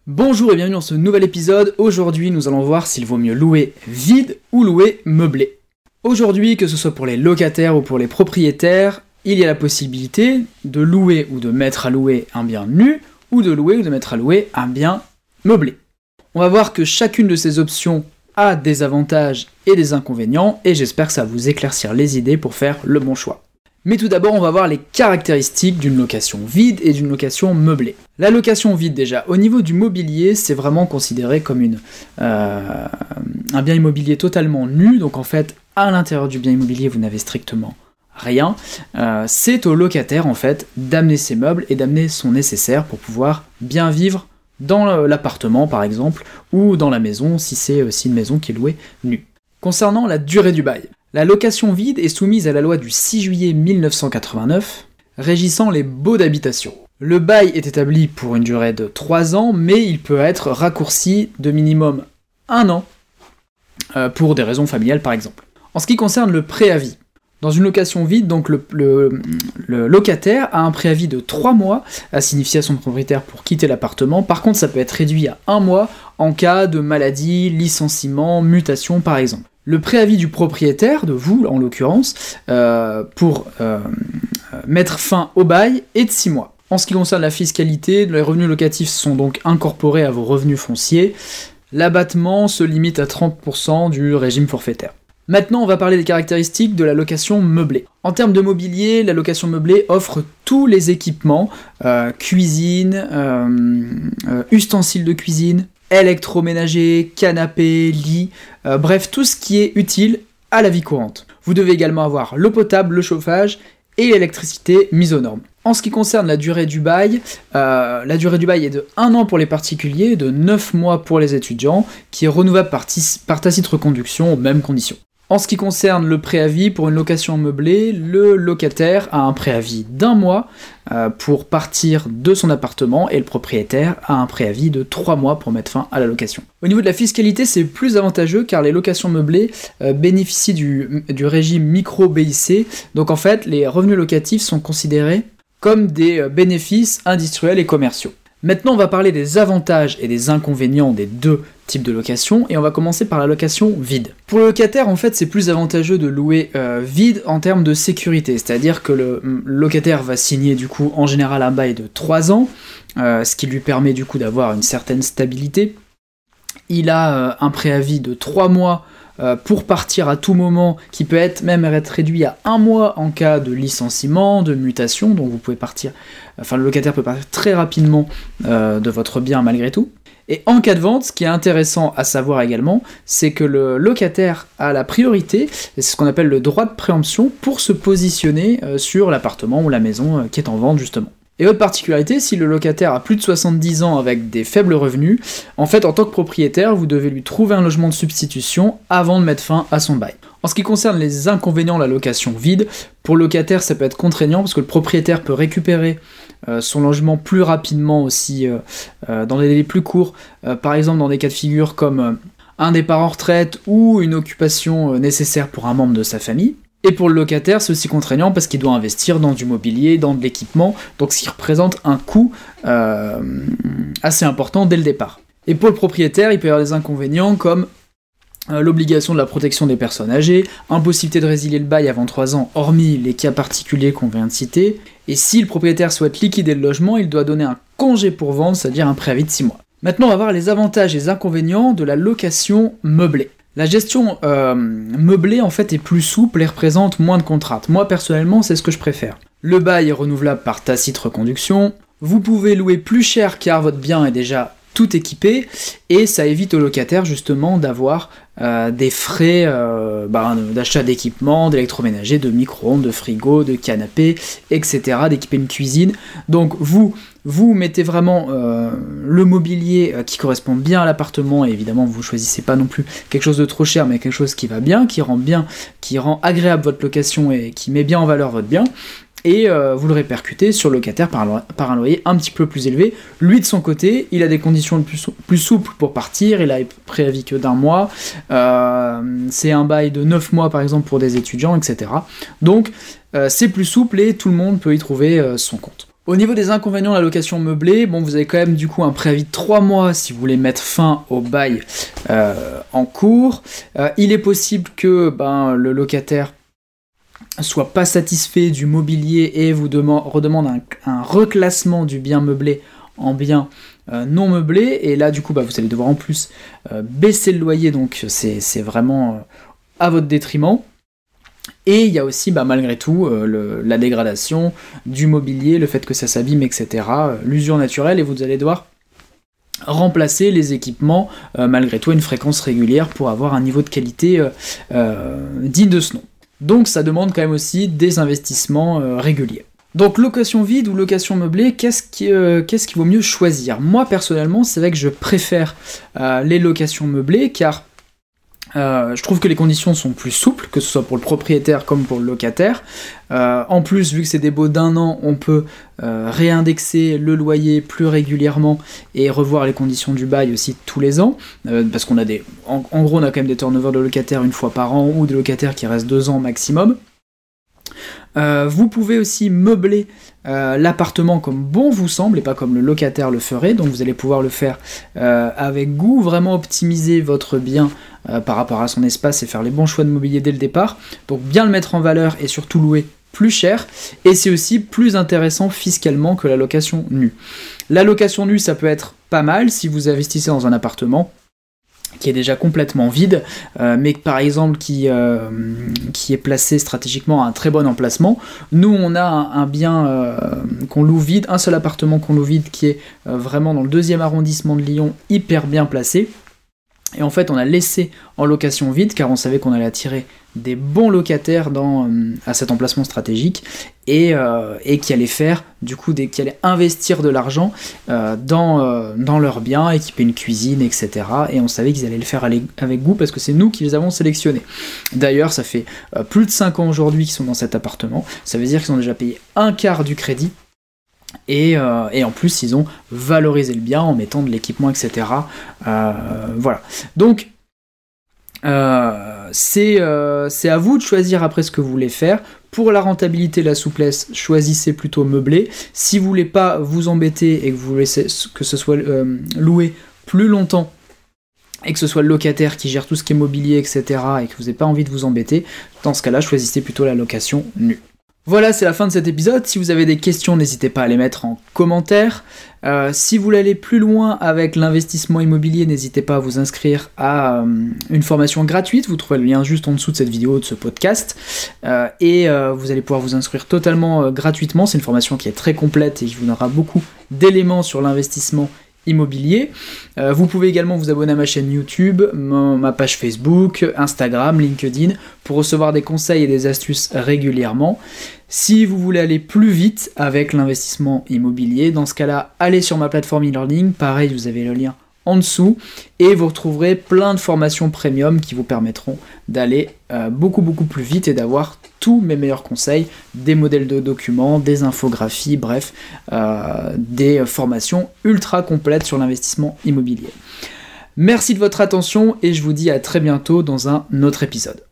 Bonjour et bienvenue dans ce nouvel épisode. Aujourd'hui, nous allons voir s'il vaut mieux louer vide ou louer meublé. Aujourd'hui, que ce soit pour les locataires ou pour les propriétaires, il y a la possibilité de louer ou de mettre à louer un bien nu ou de louer ou de mettre à louer un bien meublé. On va voir que chacune de ces options a des avantages et des inconvénients et j'espère que ça va vous éclaircir les idées pour faire le bon choix. Mais tout d'abord, on va voir les caractéristiques d'une location vide et d'une location meublée. La location vide, déjà, au niveau du mobilier, c'est vraiment considéré comme un bien immobilier totalement nu, donc en fait, à l'intérieur du bien immobilier, vous n'avez strictement rien. C'est au locataire, en fait, d'amener ses meubles et d'amener son nécessaire pour pouvoir bien vivre dans l'appartement, par exemple, ou dans la maison, si c'est aussi une maison qui est louée nue. Concernant la durée du bail, la location vide est soumise à la loi du 6 juillet 1989, régissant les baux d'habitation. Le bail est établi pour une durée de 3 ans, mais il peut être raccourci de minimum 1 an, pour des raisons familiales par exemple. En ce qui concerne le préavis, dans une location vide, donc le locataire a un préavis de 3 mois à signifier à son propriétaire pour quitter l'appartement. Par contre, ça peut être réduit à 1 mois en cas de maladie, licenciement, mutation par exemple. Le préavis du propriétaire, de vous en l'occurrence, pour mettre fin au bail est de 6 mois. En ce qui concerne la fiscalité, les revenus locatifs sont donc incorporés à vos revenus fonciers. L'abattement se limite à 30% du régime forfaitaire. Maintenant, on va parler des caractéristiques de la location meublée. En termes de mobilier, la location meublée offre tous les équipements, cuisine, ustensiles de cuisine, électroménager, canapé, lit, bref, tout ce qui est utile à la vie courante. Vous devez également avoir l'eau potable, le chauffage et l'électricité mise aux normes. En ce qui concerne la durée du bail est de 1 an pour les particuliers, de 9 mois pour les étudiants, qui est renouvelable par tacite reconduction aux mêmes conditions. En ce qui concerne le préavis, pour une location meublée, le locataire a un préavis d'1 mois pour partir de son appartement et le propriétaire a un préavis de 3 mois pour mettre fin à la location. Au niveau de la fiscalité, c'est plus avantageux car les locations meublées bénéficient du régime micro-BIC, donc en fait les revenus locatifs sont considérés comme des bénéfices industriels et commerciaux. Maintenant, on va parler des avantages et des inconvénients des deux types de location, et on va commencer par la location vide. Pour le locataire, en fait, c'est plus avantageux de louer vide en termes de sécurité, c'est-à-dire que le locataire va signer du coup en général un bail de 3 ans, ce qui lui permet du coup d'avoir une certaine stabilité. Il a un préavis de 3 mois pour partir à tout moment, qui peut même être réduit à 1 mois en cas de licenciement, de mutation, donc vous pouvez partir, le locataire peut partir très rapidement de votre bien malgré tout. Et en cas de vente, ce qui est intéressant à savoir également, c'est que le locataire a la priorité, et c'est ce qu'on appelle le droit de préemption, pour se positionner sur l'appartement ou la maison qui est en vente justement. Et autre particularité, si le locataire a plus de 70 ans avec des faibles revenus, en fait en tant que propriétaire, vous devez lui trouver un logement de substitution avant de mettre fin à son bail. En ce qui concerne les inconvénients de la location vide, pour le locataire ça peut être contraignant parce que le propriétaire peut récupérer son logement plus rapidement aussi, dans des délais plus courts, par exemple dans des cas de figure comme un départ en retraite ou une occupation nécessaire pour un membre de sa famille. Et pour le locataire, c'est aussi contraignant parce qu'il doit investir dans du mobilier, dans de l'équipement, donc ce qui représente un coût assez important dès le départ. Et pour le propriétaire, il peut y avoir des inconvénients comme l'obligation de la protection des personnes âgées, impossibilité de résilier le bail avant 3 ans, hormis les cas particuliers qu'on vient de citer, et si le propriétaire souhaite liquider le logement, il doit donner un congé pour vendre, c'est-à-dire un préavis de 6 mois. Maintenant, on va voir les avantages et les inconvénients de la location meublée. La gestion meublée en fait est plus souple et représente moins de contraintes. Moi personnellement c'est ce que je préfère. Le bail est renouvelable par tacite reconduction, vous pouvez louer plus cher car votre bien est déjà tout équipé, et ça évite au locataire justement d'avoir des frais d'achat d'équipements, d'électroménager, de micro-ondes, de frigo, de canapé, etc., d'équiper une cuisine. Donc vous mettez vraiment le mobilier qui correspond bien à l'appartement, et évidemment vous choisissez pas non plus quelque chose de trop cher, mais quelque chose qui va bien, qui rend agréable votre location et qui met bien en valeur votre bien. Et vous le répercutez sur le locataire par un loyer un petit peu plus élevé. Lui de son côté, il a des conditions plus souples pour partir, il a préavis que d'1 mois, c'est un bail de 9 mois par exemple pour des étudiants, etc. Donc c'est plus souple et tout le monde peut y trouver son compte. Au niveau des inconvénients de la location meublée, bon, vous avez quand même du coup un préavis de 3 mois si vous voulez mettre fin au bail en cours. Il est possible que le locataire soit pas satisfait du mobilier et vous redemande un reclassement du bien meublé en bien non meublé, et là du coup vous allez devoir en plus baisser le loyer, donc c'est vraiment à votre détriment. Et il y a aussi malgré tout la dégradation du mobilier, le fait que ça s'abîme, etc., l'usure naturelle, et vous allez devoir remplacer les équipements malgré tout à une fréquence régulière pour avoir un niveau de qualité digne de ce nom. Donc ça demande quand même aussi des investissements réguliers. Donc location vide ou location meublée, qu'est-ce qu'il vaut mieux choisir ? Moi personnellement, c'est vrai que je préfère les locations meublées, car je trouve que les conditions sont plus souples, que ce soit pour le propriétaire comme pour le locataire. En plus, vu que c'est des baux d'1 an, on peut réindexer le loyer plus régulièrement et revoir les conditions du bail aussi tous les ans, parce qu'on a en gros on a quand même des turnovers de locataires une fois par an, ou des locataires qui restent 2 ans maximum. Vous pouvez aussi meubler l'appartement comme bon vous semble et pas comme le locataire le ferait, donc vous allez pouvoir le faire avec goût, vraiment optimiser votre bien par rapport à son espace et faire les bons choix de mobilier dès le départ, donc bien le mettre en valeur et surtout louer plus cher, et c'est aussi plus intéressant fiscalement que la location nue. La location nue, ça peut être pas mal si vous investissez dans un appartement qui est déjà complètement vide, mais par exemple qui est placé stratégiquement à un très bon emplacement. Nous, on a un bien qu'on loue vide, un seul appartement qu'on loue vide qui est vraiment dans le 2e arrondissement de Lyon, hyper bien placé. Et en fait, on a laissé en location vide, car on savait qu'on allait attirer des bons locataires à cet emplacement stratégique, et qui allaient faire, du coup, qui allaient investir de l'argent dans leurs biens, équiper une cuisine, etc. Et on savait qu'ils allaient le faire avec goût, parce que c'est nous qui les avons sélectionnés. D'ailleurs, ça fait plus de 5 ans aujourd'hui qu'ils sont dans cet appartement, ça veut dire qu'ils ont déjà payé un quart du crédit, et en plus ils ont valorisé le bien en mettant de l'équipement, etc. Voilà. Donc c'est à vous de choisir après ce que vous voulez faire. Pour la rentabilité, la souplesse, choisissez plutôt meublé. Si vous voulez pas vous embêter et que vous voulez que ce soit loué plus longtemps, et que ce soit le locataire qui gère tout ce qui est mobilier, etc., et que vous n'avez pas envie de vous embêter, dans ce cas-là, choisissez plutôt la location nue. Voilà, c'est la fin de cet épisode. Si vous avez des questions, n'hésitez pas à les mettre en commentaire. Si vous voulez aller plus loin avec l'investissement immobilier, n'hésitez pas à vous inscrire à une formation gratuite. Vous trouverez le lien juste en dessous de cette vidéo, de ce podcast. Et vous allez pouvoir vous inscrire totalement gratuitement. C'est une formation qui est très complète et qui vous donnera beaucoup d'éléments sur l'investissement immobilier. Vous pouvez également vous abonner à ma chaîne YouTube, ma page Facebook, Instagram, LinkedIn, pour recevoir des conseils et des astuces régulièrement. Si vous voulez aller plus vite avec l'investissement immobilier, dans ce cas-là, allez sur ma plateforme e-learning, pareil, vous avez le lien en dessous, et vous retrouverez plein de formations premium qui vous permettront d'aller beaucoup plus vite et d'avoir tous mes meilleurs conseils, des modèles de documents, des infographies, bref, des formations ultra complètes sur l'investissement immobilier. Merci de votre attention et je vous dis à très bientôt dans un autre épisode.